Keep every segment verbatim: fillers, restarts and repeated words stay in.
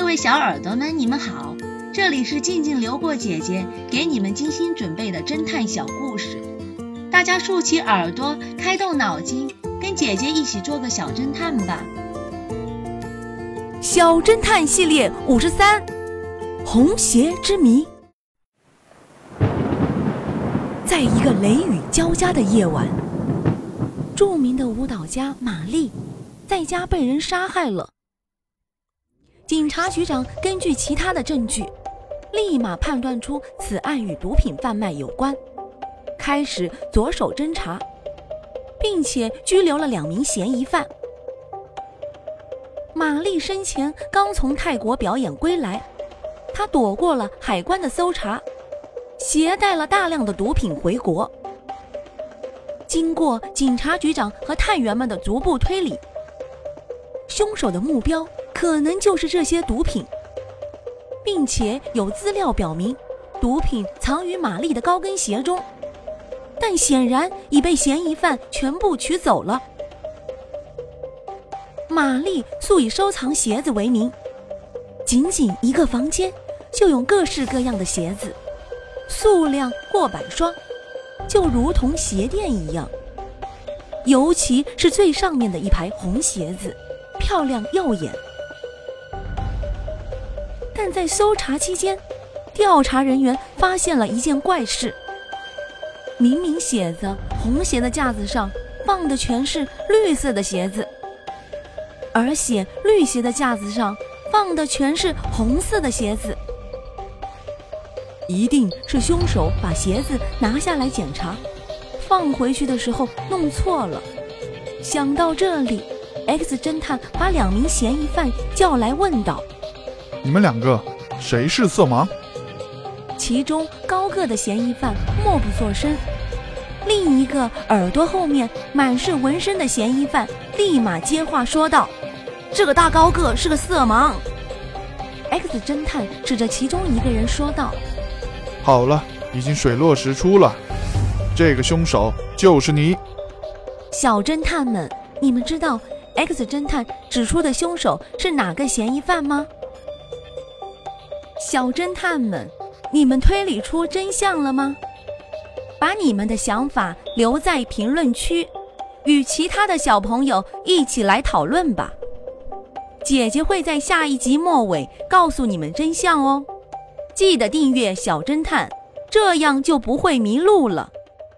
位小耳朵们，你们好，这里是静静流过姐姐给你们精心准备的侦探小故事，大家竖起耳朵，开动脑筋，跟姐姐一起做个小侦探吧。 小侦探系列五十三，红鞋之谜。在一个雷雨交加的夜晚，著名的舞蹈家玛丽在家被人杀害了。警察局长根据其他的证据，立马判断出此案与毒品贩卖有关，开始着手侦查，并且拘留了两名嫌疑犯。玛丽生前刚从泰国表演归来，她躲过了海关的搜查，携带了大量的毒品回国。经过警察局长和探员们的逐步推理，凶手的目标可能就是这些毒品，并且有资料表明毒品藏于玛丽的高跟鞋中，但显然已被嫌疑犯全部取走了。玛丽素以收藏鞋子为名，仅仅一个房间就有各式各样的鞋子，数量过百双，就如同鞋店一样。尤其是最上面的一排红鞋子，漂亮耀眼。但在搜查期间，调查人员发现了一件怪事，明明写着红鞋的架子上放的全是绿色的鞋子，而且绿鞋的架子上放的全是红色的鞋子。一定是凶手把鞋子拿下来检查，放回去的时候弄错了。想到这里， X 侦探把两名嫌疑犯叫来问道： 你们两个谁是色盲？ 其中高个的嫌疑犯默不作声，另一个耳朵后面满是纹身的嫌疑犯立马接话说道：这个大高个是个色盲。 X 侦探指着其中一个人说道： 好了，已经水落石出了，这个凶手就是你。 小侦探们，你们知道 X 侦探指出的凶手是哪个嫌疑犯吗？小侦探们，你们推理出真相了吗？把你们的想法留在评论区，与其他的小朋友一起来讨论吧。姐姐会在下一集末尾告诉你们真相哦。记得订阅小侦探，这样就不会迷路了。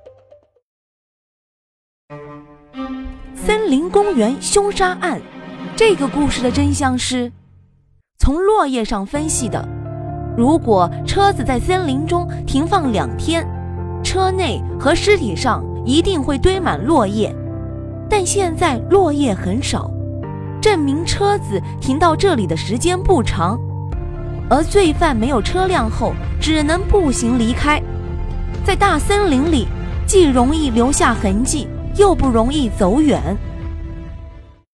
森林公园凶杀案，这个故事的真相是从落叶上分析的。如果车子在森林中停放两天，车内和尸体上一定会堆满落叶，但现在落叶很少，证明车子停到这里的时间不长，而罪犯没有车辆后只能步行离开。在大森林里，既容易留下痕迹，又不容易走远。